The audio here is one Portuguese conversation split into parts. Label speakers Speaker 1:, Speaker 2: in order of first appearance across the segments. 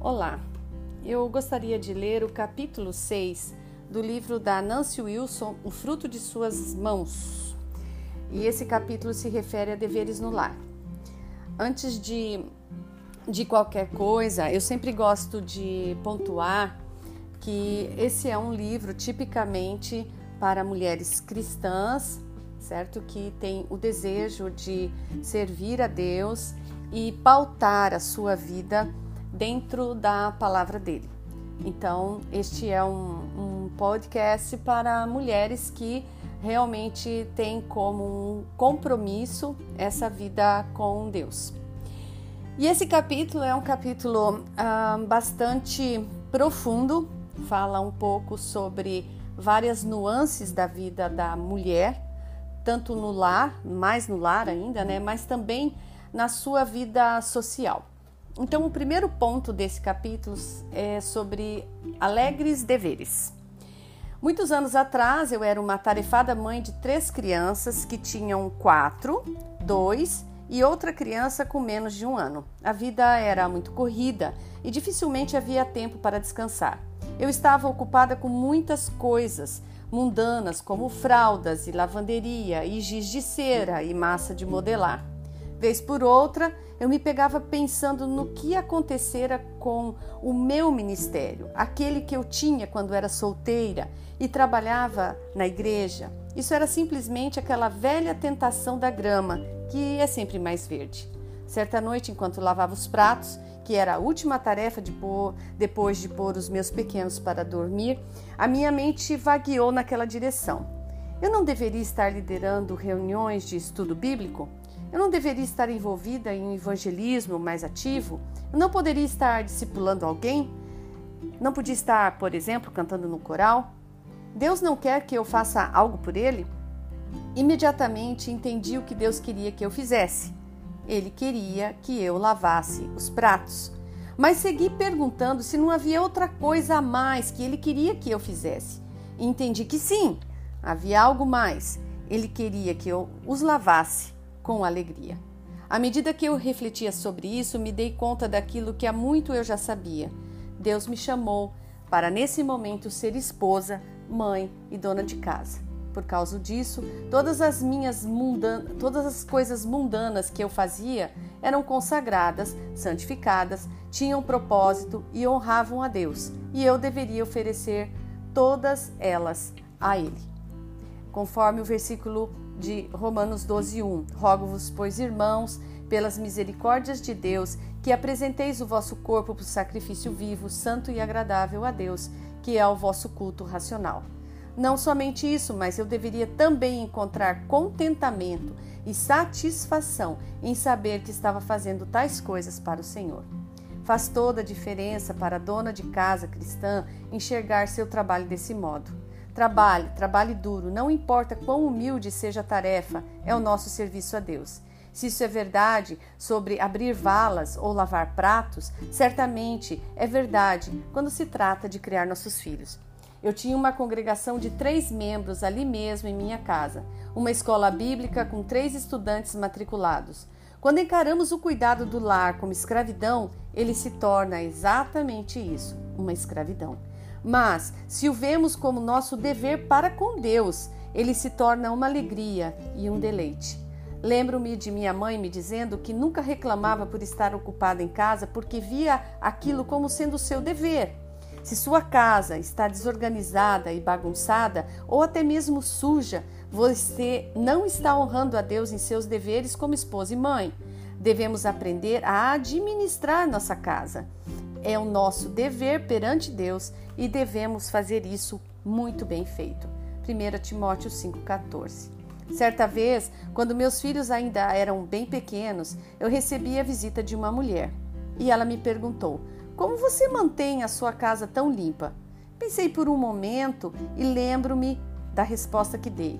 Speaker 1: Olá, eu gostaria de ler o capítulo 6 do livro da Nancy Wilson, O Fruto de Suas Mãos. E esse capítulo se refere a deveres no lar. Antes de qualquer coisa, eu sempre gosto de pontuar que esse é um livro tipicamente para mulheres cristãs, certo? Que tem o desejo de servir a Deus e pautar a sua vida dentro da palavra dele. Então, este é um podcast para mulheres que realmente têm como um compromisso essa vida com Deus. E esse capítulo é um capítulo bastante profundo, fala um pouco sobre várias nuances da vida da mulher, tanto no lar, mais no lar ainda, né, mas também na sua vida social. Então, o primeiro ponto desse capítulo é sobre alegres deveres. Muitos anos atrás, eu era uma atarefada mãe de 3 crianças que tinham 4, 2 e outra criança com menos de 1 ano. A vida era muito corrida e dificilmente havia tempo para descansar. Eu estava ocupada com muitas coisas mundanas, como fraldas e lavanderia e giz de cera e massa de modelar. Vez por outra, eu me pegava pensando no que acontecera com o meu ministério, aquele que eu tinha quando era solteira e trabalhava na igreja. Isso era simplesmente aquela velha tentação da grama, que é sempre mais verde. Certa noite, enquanto lavava os pratos, que era a última tarefa depois de pôr os meus pequenos para dormir, a minha mente vagueou naquela direção. Eu não deveria estar liderando reuniões de estudo bíblico? Eu não deveria estar envolvida em um evangelismo mais ativo? Eu não poderia estar discipulando alguém? Não podia estar, por exemplo, cantando no coral? Deus não quer que eu faça algo por Ele? Imediatamente entendi o que Deus queria que eu fizesse. Ele queria que eu lavasse os pratos. Mas segui perguntando se não havia outra coisa a mais que Ele queria que eu fizesse. E entendi que sim, havia algo mais. Ele queria que eu os lavasse com alegria. À medida que eu refletia sobre isso, me dei conta daquilo que há muito eu já sabia. Deus me chamou para, nesse momento, ser esposa, mãe e dona de casa. Por causa disso, todas as coisas mundanas que eu fazia eram consagradas, santificadas, tinham propósito e honravam a Deus, e eu deveria oferecer todas elas a Ele. Conforme o versículo de Romanos 12:1, rogo-vos, pois, irmãos, pelas misericórdias de Deus, que apresenteis o vosso corpo por sacrifício vivo, santo e agradável a Deus, que é o vosso culto racional. Não somente isso, mas eu deveria também encontrar contentamento e satisfação em saber que estava fazendo tais coisas para o Senhor. Faz toda a diferença para a dona de casa cristã enxergar seu trabalho desse modo. Trabalhe duro, não importa quão humilde seja a tarefa, é o nosso serviço a Deus. Se isso é verdade sobre abrir valas ou lavar pratos, certamente é verdade quando se trata de criar nossos filhos. Eu tinha uma congregação de 3 membros ali mesmo em minha casa, uma escola bíblica com 3 estudantes matriculados. Quando encaramos o cuidado do lar como escravidão, ele se torna exatamente isso, uma escravidão. Mas, se o vemos como nosso dever para com Deus, ele se torna uma alegria e um deleite. Lembro-me de minha mãe me dizendo que nunca reclamava por estar ocupada em casa porque via aquilo como sendo seu dever. Se sua casa está desorganizada e bagunçada, ou até mesmo suja, você não está honrando a Deus em seus deveres como esposa e mãe. Devemos aprender a administrar nossa casa. É o nosso dever perante Deus e devemos fazer isso muito bem feito. 1 Timóteo 5,14. Certa vez, quando meus filhos ainda eram bem pequenos, eu recebi a visita de uma mulher. E ela me perguntou: como você mantém a sua casa tão limpa? Pensei por um momento e lembro-me da resposta que dei.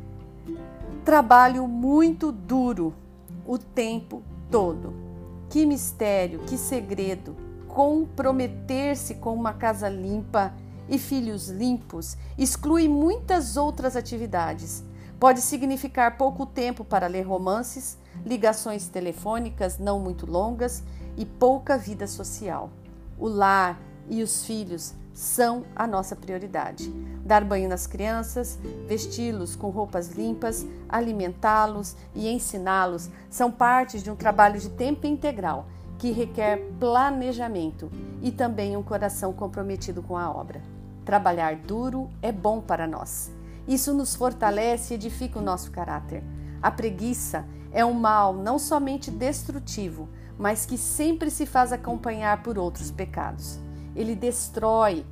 Speaker 1: Trabalho muito duro o tempo todo. Que mistério, que segredo! Comprometer-se com uma casa limpa e filhos limpos exclui muitas outras atividades. Pode significar pouco tempo para ler romances, ligações telefônicas não muito longas e pouca vida social. O lar e os filhos são a nossa prioridade. Dar banho nas crianças, vesti-los com roupas limpas, alimentá-los e ensiná-los são partes de um trabalho de tempo integral que requer planejamento e também um coração comprometido com a obra. Trabalhar duro é bom para nós. Isso nos fortalece e edifica o nosso caráter. A preguiça é um mal não somente destrutivo, mas que sempre se faz acompanhar por outros pecados. Ele destrói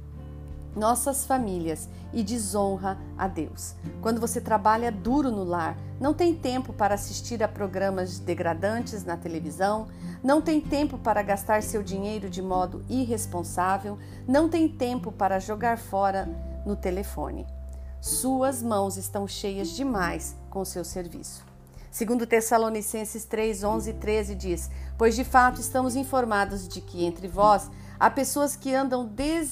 Speaker 1: nossas famílias e desonra a Deus. Quando você trabalha duro no lar, não tem tempo para assistir a programas degradantes na televisão, não tem tempo para gastar seu dinheiro de modo irresponsável, não tem tempo para jogar fora no telefone. Suas mãos estão cheias demais com o seu serviço. Segundo Tessalonicenses 3, 11 e 13 diz: pois de fato estamos informados de que entre vós há pessoas que andam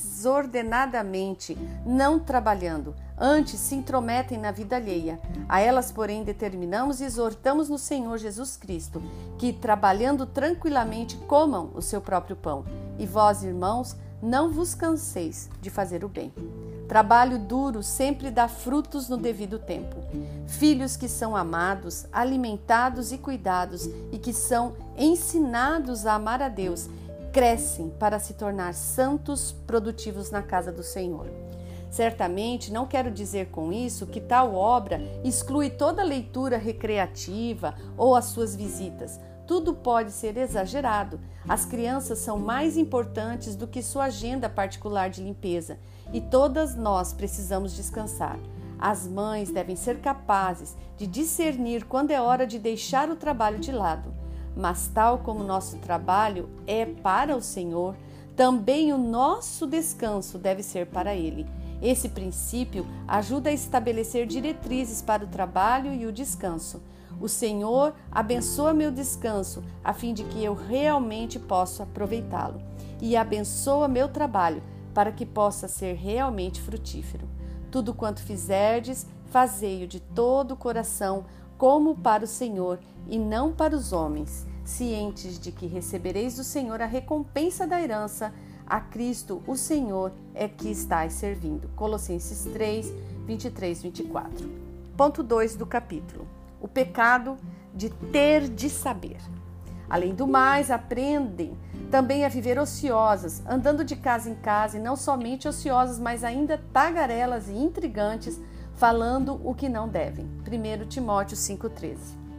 Speaker 1: desordenadamente, não trabalhando, antes se intrometem na vida alheia. A elas, porém, determinamos e exortamos no Senhor Jesus Cristo, que, trabalhando tranquilamente, comam o seu próprio pão. E vós, irmãos, não vos canseis de fazer o bem. Trabalho duro sempre dá frutos no devido tempo. Filhos que são amados, alimentados e cuidados e que são ensinados a amar a Deus, crescem para se tornar santos, produtivos na casa do Senhor. Certamente, não quero dizer com isso que tal obra exclui toda leitura recreativa ou as suas visitas. Tudo pode ser exagerado. As crianças são mais importantes do que sua agenda particular de limpeza e todas nós precisamos descansar. As mães devem ser capazes de discernir quando é hora de deixar o trabalho de lado. Mas tal como nosso trabalho é para o Senhor, também o nosso descanso deve ser para Ele. Esse princípio ajuda a estabelecer diretrizes para o trabalho e o descanso. O Senhor abençoa meu descanso, a fim de que eu realmente possa aproveitá-lo, e abençoa meu trabalho, para que possa ser realmente frutífero. Tudo quanto fizerdes, fazei-o de todo o coração, como para o Senhor e não para os homens, cientes de que recebereis do Senhor a recompensa da herança. A Cristo, o Senhor, é que estáis servindo. Colossenses 3, 23, 24. Ponto 2 do capítulo. O pecado de ter de saber. Além do mais, aprendem também a viver ociosas, andando de casa em casa, e não somente ociosas, mas ainda tagarelas e intrigantes, falando o que não devem. 1 Timóteo 5,13.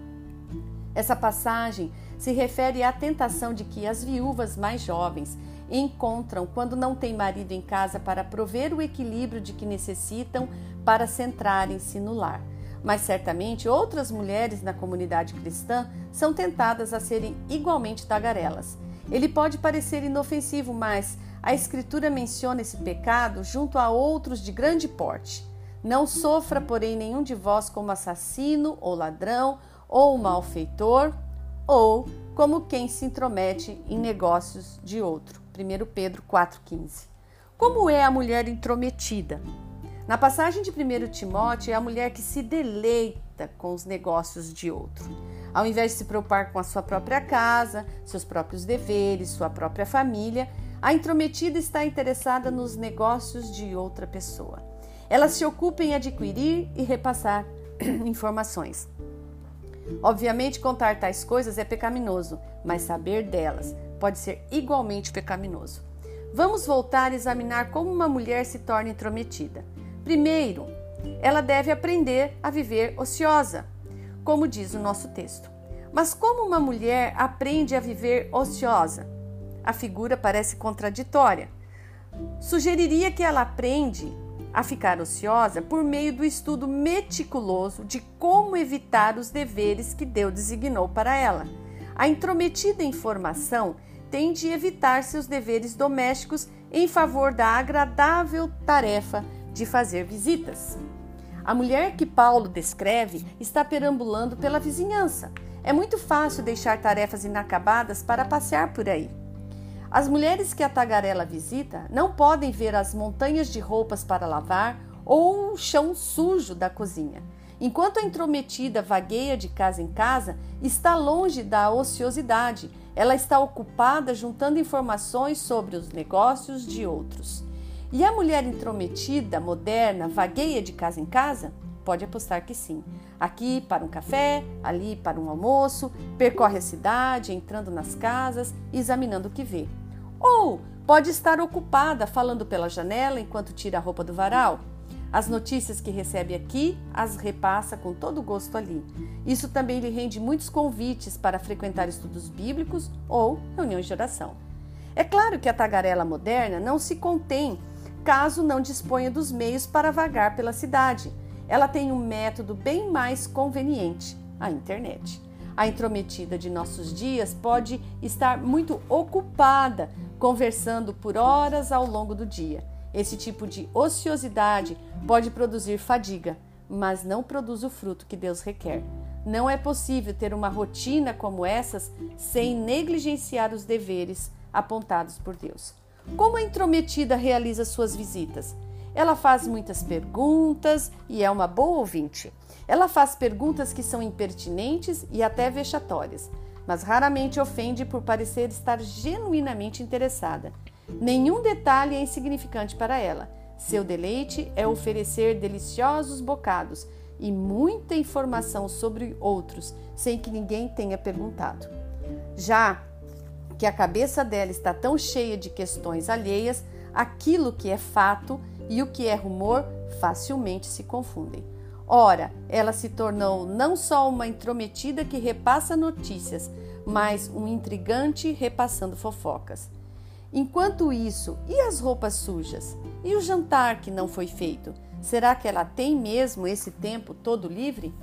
Speaker 1: Essa passagem se refere à tentação de que as viúvas mais jovens encontram quando não têm marido em casa para prover o equilíbrio de que necessitam para centrarem-se no lar. Mas certamente outras mulheres na comunidade cristã são tentadas a serem igualmente tagarelas. Ele pode parecer inofensivo, mas a Escritura menciona esse pecado junto a outros de grande porte. Não sofra, porém, nenhum de vós como assassino, ou ladrão, ou malfeitor, ou como quem se intromete em negócios de outro. 1 Pedro 4,15. Como é a mulher intrometida? Na passagem de 1 Timóteo, é a mulher que se deleita com os negócios de outro. Ao invés de se preocupar com a sua própria casa, seus próprios deveres, sua própria família, a intrometida está interessada nos negócios de outra pessoa. Ela se ocupa em adquirir e repassar informações. Obviamente, contar tais coisas é pecaminoso, mas saber delas pode ser igualmente pecaminoso. Vamos voltar a examinar como uma mulher se torna intrometida. Primeiro, ela deve aprender a viver ociosa, como diz o nosso texto. Mas como uma mulher aprende a viver ociosa? A figura parece contraditória. Sugeriria que ela aprende a ficar ociosa por meio do estudo meticuloso de como evitar os deveres que Deus designou para ela. A intrometida em formação tem de evitar seus deveres domésticos em favor da agradável tarefa de fazer visitas. A mulher que Paulo descreve está perambulando pela vizinhança. É muito fácil deixar tarefas inacabadas para passear por aí. As mulheres que a tagarela visita não podem ver as montanhas de roupas para lavar ou o chão sujo da cozinha. Enquanto a intrometida vagueia de casa em casa, está longe da ociosidade. Ela está ocupada juntando informações sobre os negócios de outros. E a mulher intrometida, moderna, vagueia de casa em casa? Pode apostar que sim. Aqui para um café, ali para um almoço, percorre a cidade, entrando nas casas, examinando o que vê. Ou pode estar ocupada falando pela janela enquanto tira a roupa do varal. As notícias que recebe aqui as repassa com todo gosto ali. Isso também lhe rende muitos convites para frequentar estudos bíblicos ou reuniões de oração. É claro que a tagarela moderna não se contém caso não disponha dos meios para vagar pela cidade. Ela tem um método bem mais conveniente, a internet. A intrometida de nossos dias pode estar muito ocupada, conversando por horas ao longo do dia. Esse tipo de ociosidade pode produzir fadiga, mas não produz o fruto que Deus requer. Não é possível ter uma rotina como essas sem negligenciar os deveres apontados por Deus. Como a intrometida realiza suas visitas? Ela faz muitas perguntas e é uma boa ouvinte. Ela faz perguntas que são impertinentes e até vexatórias, mas raramente ofende por parecer estar genuinamente interessada. Nenhum detalhe é insignificante para ela. Seu deleite é oferecer deliciosos bocados e muita informação sobre outros, sem que ninguém tenha perguntado. Já que a cabeça dela está tão cheia de questões alheias, aquilo que é fato e o que é rumor facilmente se confundem. Ora, ela se tornou não só uma intrometida que repassa notícias, mas um intrigante repassando fofocas. Enquanto isso, e as roupas sujas? E o jantar que não foi feito? Será que ela tem mesmo esse tempo todo livre?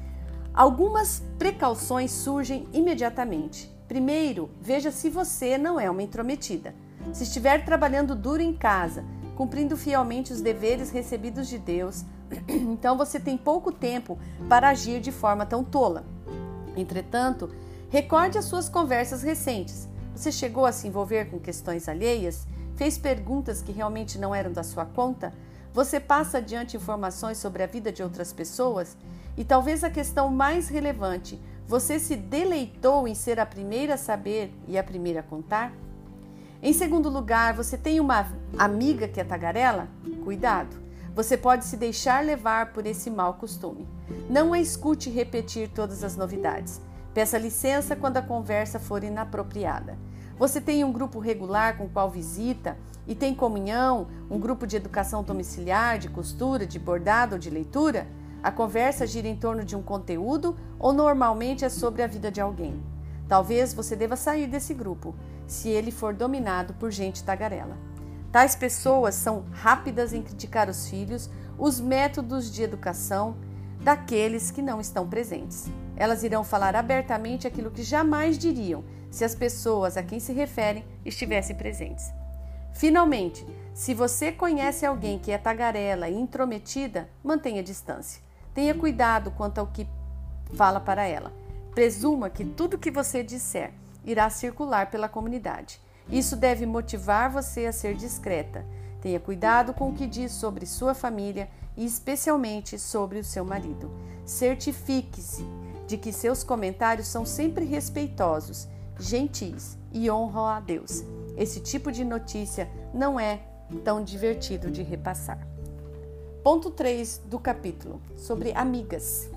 Speaker 1: Algumas precauções surgem imediatamente. Primeiro, veja se você não é uma intrometida. Se estiver trabalhando duro em casa, cumprindo fielmente os deveres recebidos de Deus, então você tem pouco tempo para agir de forma tão tola. Entretanto, recorde as suas conversas recentes. Você chegou a se envolver com questões alheias? Fez perguntas que realmente não eram da sua conta? Você passa adiante informações sobre a vida de outras pessoas? E talvez a questão mais relevante, você se deleitou em ser a primeira a saber e a primeira a contar? Em segundo lugar, você tem uma amiga que é tagarela? Cuidado! Você pode se deixar levar por esse mau costume. Não a escute repetir todas as novidades. Peça licença quando a conversa for inapropriada. Você tem um grupo regular com o qual visita e tem comunhão, um grupo de educação domiciliar, de costura, de bordado ou de leitura? A conversa gira em torno de um conteúdo ou normalmente é sobre a vida de alguém? Talvez você deva sair desse grupo, se ele for dominado por gente tagarela. Tais pessoas são rápidas em criticar os filhos, os métodos de educação daqueles que não estão presentes. Elas irão falar abertamente aquilo que jamais diriam se as pessoas a quem se referem estivessem presentes. Finalmente, se você conhece alguém que é tagarela e intrometida, mantenha distância. Tenha cuidado quanto ao que fala para ela. Presuma que tudo que você disser irá circular pela comunidade. Isso deve motivar você a ser discreta. Tenha cuidado com o que diz sobre sua família e especialmente sobre o seu marido. Certifique-se de que seus comentários são sempre respeitosos, gentis e honram a Deus. Esse tipo de notícia não é tão divertido de repassar. Ponto 3 do capítulo, sobre amigas.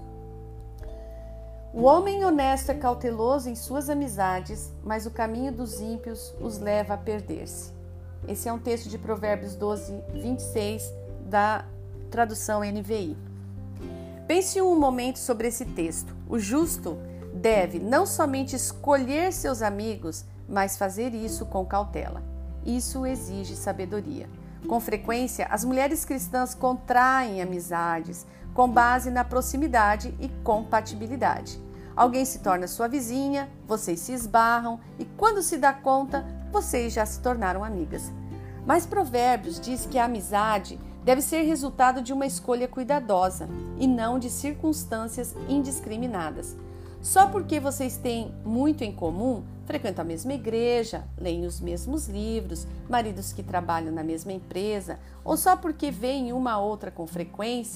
Speaker 1: O homem honesto é cauteloso em suas amizades, mas o caminho dos ímpios os leva a perder-se. Esse é um texto de Provérbios 12, 26, da tradução NVI. Pense um momento sobre esse texto. O justo deve não somente escolher seus amigos, mas fazer isso com cautela. Isso exige sabedoria. Com frequência, as mulheres cristãs contraem amizades com base na proximidade e compatibilidade. Alguém se torna sua vizinha, vocês se esbarram e quando se dá conta, vocês já se tornaram amigas. Mas Provérbios diz que a amizade deve ser resultado de uma escolha cuidadosa e não de circunstâncias indiscriminadas. Só porque vocês têm muito em comum, frequentam a mesma igreja, leem os mesmos livros, maridos que trabalham na mesma empresa, ou só porque veem uma outra com frequência,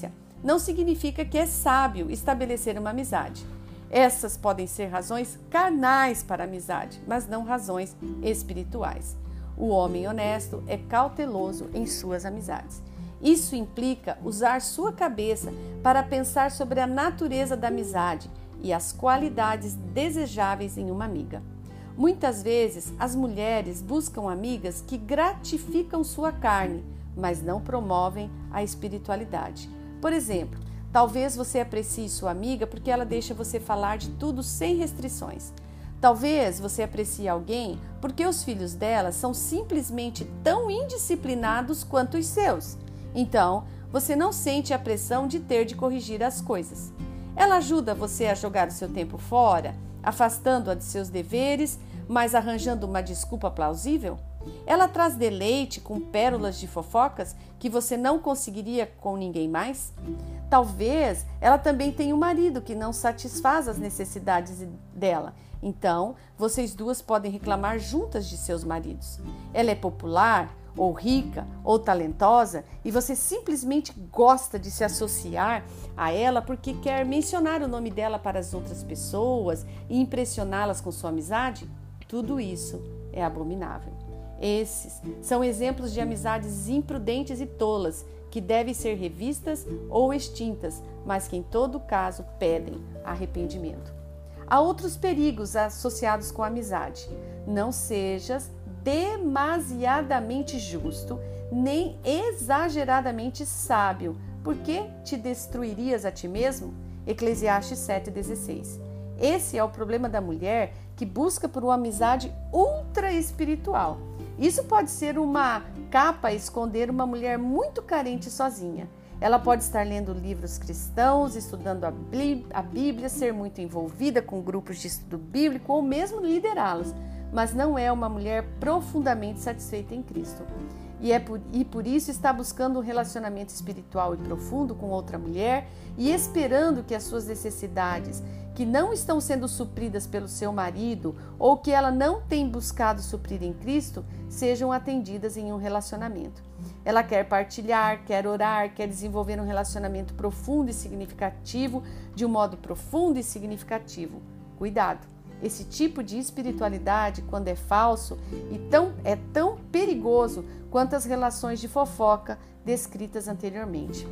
Speaker 1: não significa que é sábio estabelecer uma amizade. Essas podem ser razões carnais para a amizade, mas não razões espirituais. O homem honesto é cauteloso em suas amizades. Isso implica usar sua cabeça para pensar sobre a natureza da amizade e as qualidades desejáveis em uma amiga. Muitas vezes, as mulheres buscam amigas que gratificam sua carne, mas não promovem a espiritualidade. Por exemplo, talvez você aprecie sua amiga porque ela deixa você falar de tudo sem restrições. Talvez você aprecie alguém porque os filhos dela são simplesmente tão indisciplinados quanto os seus. Então, você não sente a pressão de ter de corrigir as coisas. Ela ajuda você a jogar o seu tempo fora, afastando-a de seus deveres, mas arranjando uma desculpa plausível? Ela traz deleite com pérolas de fofocas que você não conseguiria com ninguém mais? Talvez ela também tenha um marido que não satisfaz as necessidades dela. Então, vocês duas podem reclamar juntas de seus maridos. Ela é popular, ou rica, ou talentosa, e você simplesmente gosta de se associar a ela porque quer mencionar o nome dela para as outras pessoas e impressioná-las com sua amizade? Tudo isso é abominável. Esses são exemplos de amizades imprudentes e tolas que devem ser revistas ou extintas, mas que em todo caso pedem arrependimento. Há outros perigos associados com a amizade. Não sejas demasiadamente justo, nem exageradamente sábio, porque te destruirias a ti mesmo? Eclesiastes 7,16. Esse é o problema da mulher que busca por uma amizade ultra espiritual. Isso pode ser uma capa a esconder uma mulher muito carente sozinha. Ela pode estar lendo livros cristãos, estudando a Bíblia, ser muito envolvida com grupos de estudo bíblico ou mesmo liderá-los, mas não é uma mulher profundamente satisfeita em Cristo. E por isso está buscando um relacionamento espiritual e profundo com outra mulher e esperando que as suas necessidades, que não estão sendo supridas pelo seu marido ou que ela não tem buscado suprir em Cristo, sejam atendidas em um relacionamento. Ela quer partilhar, quer orar, quer desenvolver um relacionamento profundo e significativo, de um modo profundo e significativo. Cuidado! Esse tipo de espiritualidade, quando é falso, é tão perigoso quanto as relações de fofoca descritas anteriormente.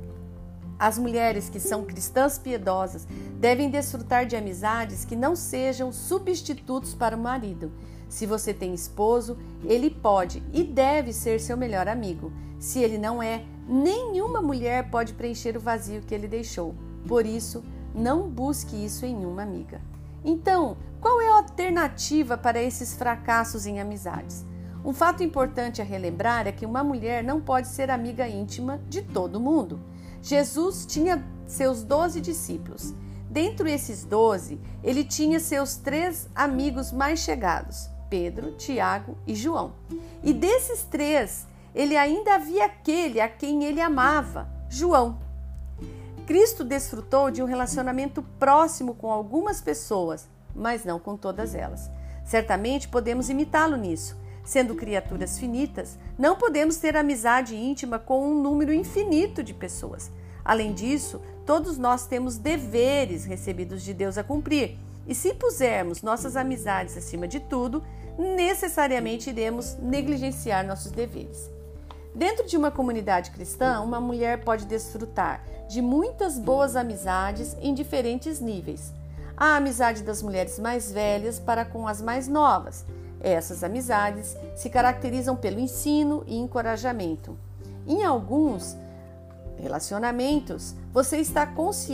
Speaker 1: As mulheres que são cristãs piedosas devem desfrutar de amizades que não sejam substitutos para o marido. Se você tem esposo, ele pode e deve ser seu melhor amigo. Se ele não é, nenhuma mulher pode preencher o vazio que ele deixou. Por isso, não busque isso em uma amiga. Então, qual é a alternativa para esses fracassos em amizades? Um fato importante a relembrar é que uma mulher não pode ser amiga íntima de todo mundo. Jesus tinha seus 12 discípulos. Dentre esses 12, ele tinha seus 3 amigos mais chegados, Pedro, Tiago e João. E desses 3, ele ainda havia aquele a quem ele amava, João. Cristo desfrutou de um relacionamento próximo com algumas pessoas, mas não com todas elas. Certamente podemos imitá-lo nisso. Sendo criaturas finitas, não podemos ter amizade íntima com um número infinito de pessoas. Além disso, todos nós temos deveres recebidos de Deus a cumprir. E se pusermos nossas amizades acima de tudo, necessariamente iremos negligenciar nossos deveres. Dentro de uma comunidade cristã, uma mulher pode desfrutar de muitas boas amizades em diferentes níveis. Há a amizade das mulheres mais velhas para com as mais novas. Essas amizades se caracterizam pelo ensino e encorajamento. Em alguns relacionamentos, você está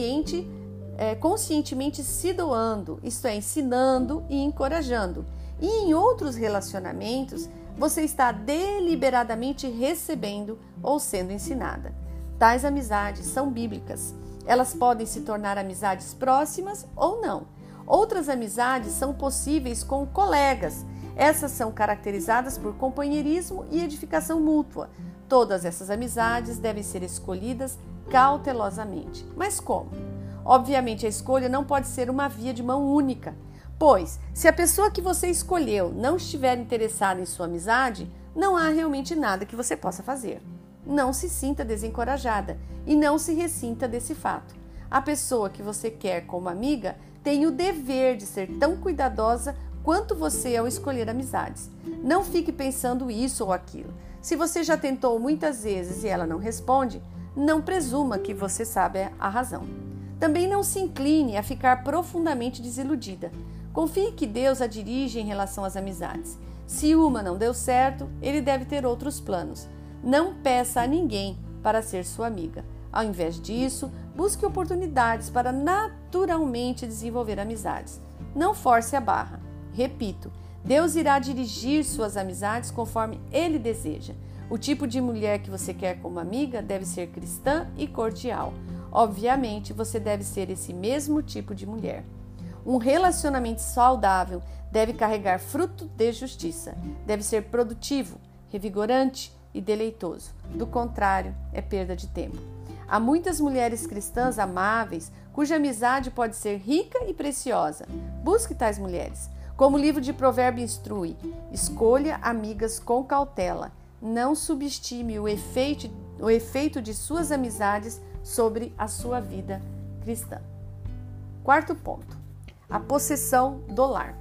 Speaker 1: conscientemente se doando, isto é, ensinando e encorajando. E em outros relacionamentos, você está deliberadamente recebendo ou sendo ensinada. Tais amizades são bíblicas. Elas podem se tornar amizades próximas ou não. Outras amizades são possíveis com colegas. Essas são caracterizadas por companheirismo e edificação mútua. Todas essas amizades devem ser escolhidas cautelosamente. Mas como? Obviamente, a escolha não pode ser uma via de mão única. Pois, se a pessoa que você escolheu não estiver interessada em sua amizade, não há realmente nada que você possa fazer. não se sinta desencorajada e não se ressinta desse fato. A pessoa que você quer como amiga tem o dever de ser tão cuidadosa quanto você ao escolher amizades. Não fique pensando isso ou aquilo. Se você já tentou muitas vezes e ela não responde, não presuma que você sabe a razão. Também não se incline a ficar profundamente desiludida. Confie que Deus a dirige em relação às amizades. Se uma não deu certo, ele deve ter outros planos. Não peça a ninguém para ser sua amiga. Ao invés disso, busque oportunidades para naturalmente desenvolver amizades. Não force a barra. Repito, Deus irá dirigir suas amizades conforme Ele deseja. O tipo de mulher que você quer como amiga deve ser cristã e cordial. Obviamente, você deve ser esse mesmo tipo de mulher. Um relacionamento saudável deve carregar fruto de justiça. Deve ser produtivo, revigorante e deleitoso. Do contrário, é perda de tempo. Há muitas mulheres cristãs amáveis, cuja amizade pode ser rica e preciosa. Busque tais mulheres. Como o livro de Provérbios instrui, escolha amigas com cautela. Não subestime o efeito de suas amizades sobre a sua vida cristã. Quarto ponto, a possessão do lar.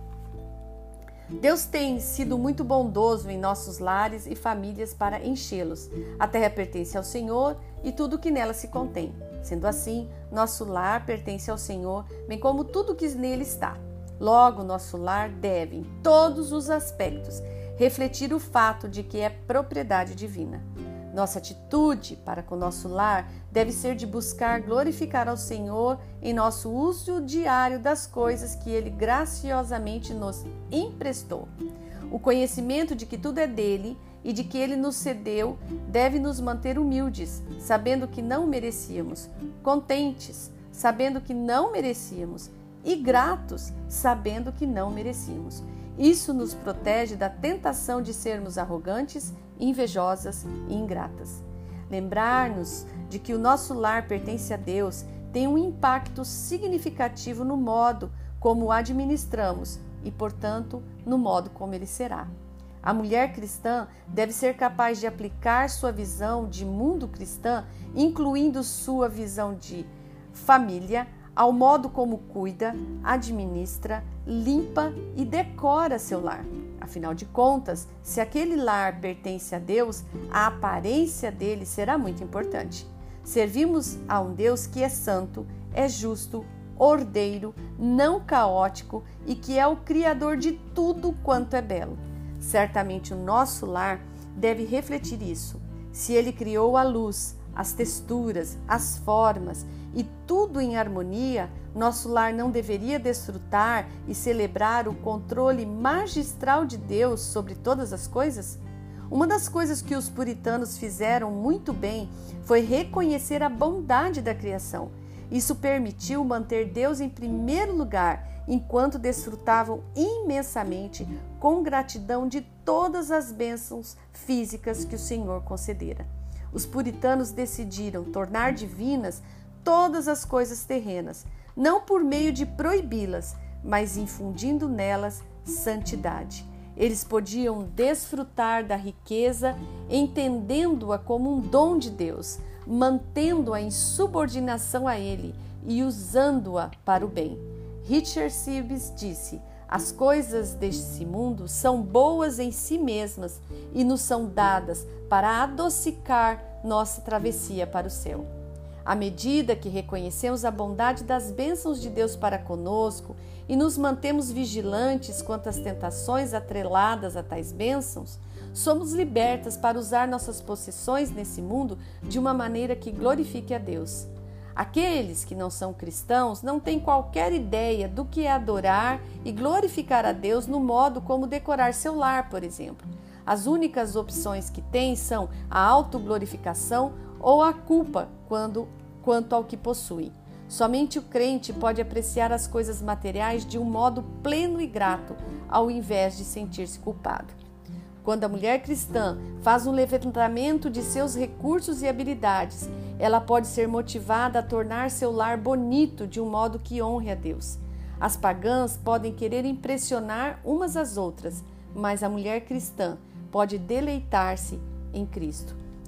Speaker 1: Deus tem sido muito bondoso em nossos lares e famílias para enchê-los. A terra pertence ao Senhor e tudo que nela se contém. Sendo assim, nosso lar pertence ao Senhor, bem como tudo que nele está. Logo, nosso lar deve, em todos os aspectos, refletir o fato de que é propriedade divina. Nossa atitude para com nosso lar deve ser de buscar glorificar ao Senhor em nosso uso diário das coisas que Ele graciosamente nos emprestou. O conhecimento de que tudo é dele e de que Ele nos cedeu deve nos manter humildes, sabendo que não merecíamos, contentes, sabendo que não merecíamos, e gratos, sabendo que não merecíamos. Isso nos protege da tentação de sermos arrogantes, invejosas e ingratas. Lembrar-nos de que o nosso lar pertence a Deus tem um impacto significativo no modo como o administramos e, portanto, no modo como ele será. A mulher cristã deve ser capaz de aplicar sua visão de mundo cristã, incluindo sua visão de família, ao modo como cuida, administra, limpa e decora seu lar. Afinal de contas, se aquele lar pertence a Deus, a aparência dele será muito importante. Servimos a um Deus que é santo, é justo, ordeiro, não caótico e que é o Criador de tudo quanto é belo. Certamente o nosso lar deve refletir isso. Se ele criou a luz, as texturas, as formas e tudo em harmonia, nosso lar não deveria desfrutar e celebrar o controle magistral de Deus sobre todas as coisas? Uma das coisas que os puritanos fizeram muito bem foi reconhecer a bondade da criação. Isso permitiu manter Deus em primeiro lugar, enquanto desfrutavam imensamente com gratidão de todas as bênçãos físicas que o Senhor concedera. Os puritanos decidiram tornar divinas todas as coisas terrenas, não por meio de proibi-las, mas infundindo nelas santidade. Eles podiam desfrutar da riqueza, entendendo-a como um dom de Deus, mantendo-a em subordinação a Ele e usando-a para o bem. Richard Sibbes disse: as coisas deste mundo são boas em si mesmas e nos são dadas para adocicar nossa travessia para o céu. À medida que reconhecemos a bondade das bênçãos de Deus para conosco e nos mantemos vigilantes quanto às tentações atreladas a tais bênçãos, somos libertas para usar nossas possessões nesse mundo de uma maneira que glorifique a Deus. Aqueles que não são cristãos não têm qualquer ideia do que é adorar e glorificar a Deus no modo como decorar seu lar, por exemplo. As únicas opções que têm são a autoglorificação ou a culpa quanto ao que possui. Somente o crente pode apreciar as coisas materiais de um modo pleno e grato, ao invés de sentir-se culpado. Quando a mulher cristã faz um levantamento de seus recursos e habilidades, ela pode ser motivada a tornar seu lar bonito de um modo que honre a Deus. As pagãs podem querer impressionar umas às outras, mas a mulher cristã pode deleitar-se em Cristo.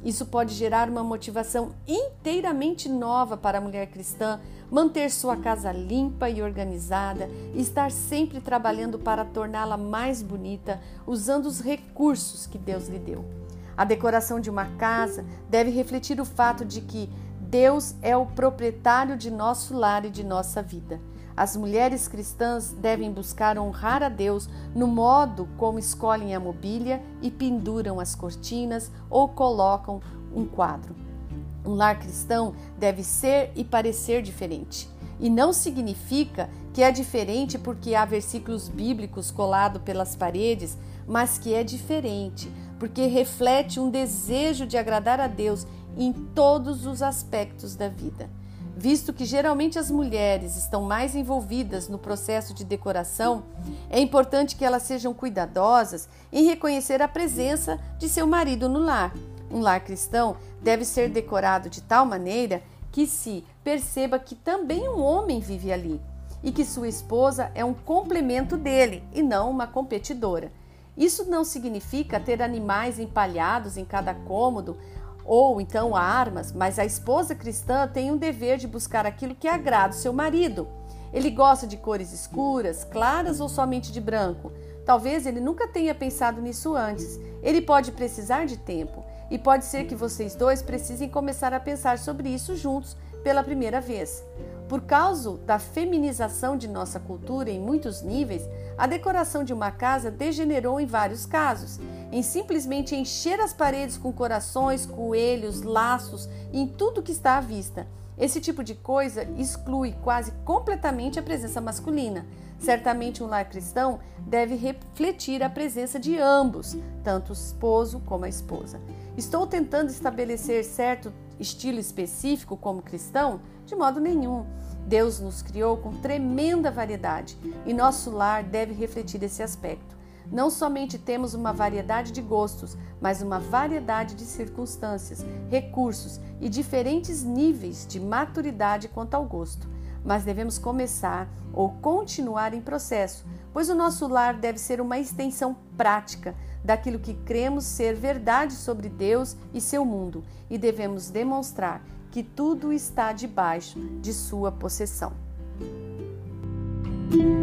Speaker 1: Isso pode gerar uma motivação inteiramente nova para a mulher cristã manter sua casa limpa e organizada e estar sempre trabalhando para torná-la mais bonita, usando os recursos que Deus lhe deu. A decoração de uma casa deve refletir o fato de que Deus é o proprietário de nosso lar e de nossa vida. As mulheres cristãs devem buscar honrar a Deus no modo como escolhem a mobília e penduram as cortinas ou colocam um quadro. Um lar cristão deve ser e parecer diferente. E não significa que é diferente porque há versículos bíblicos colados pelas paredes, mas que é diferente porque reflete um desejo de agradar a Deus em todos os aspectos da vida. Visto que geralmente as mulheres estão mais envolvidas no processo de decoração, é importante que elas sejam cuidadosas em reconhecer a presença de seu marido no lar. Um lar cristão deve ser decorado de tal maneira que se perceba que também um homem vive ali e que sua esposa é um complemento dele e não uma competidora. Isso não significa ter animais empalhados em cada cômodo ou então armas, mas a esposa cristã tem um dever de buscar aquilo que agrada o seu marido. Ele gosta de cores escuras, claras ou somente de branco? Talvez ele nunca tenha pensado nisso antes. Ele pode precisar de tempo e pode ser que vocês dois precisem começar a pensar sobre isso juntos pela primeira vez. Por causa da feminização de nossa cultura em muitos níveis, a decoração de uma casa degenerou em vários casos, em simplesmente encher as paredes com corações, coelhos, laços e em tudo que está à vista. Esse tipo de coisa exclui quase completamente a presença masculina. Certamente um lar cristão deve refletir a presença de ambos, tanto o esposo como a esposa. Estou tentando estabelecer certo estilo específico como cristão? De modo nenhum. Deus nos criou com tremenda variedade e nosso lar deve refletir esse aspecto. Não somente temos uma variedade de gostos, mas uma variedade de circunstâncias, recursos e diferentes níveis de maturidade quanto ao gosto. Mas devemos começar ou continuar em processo, pois o nosso lar deve ser uma extensão prática daquilo que cremos ser verdade sobre Deus e seu mundo, e devemos demonstrar que tudo está debaixo de sua possessão.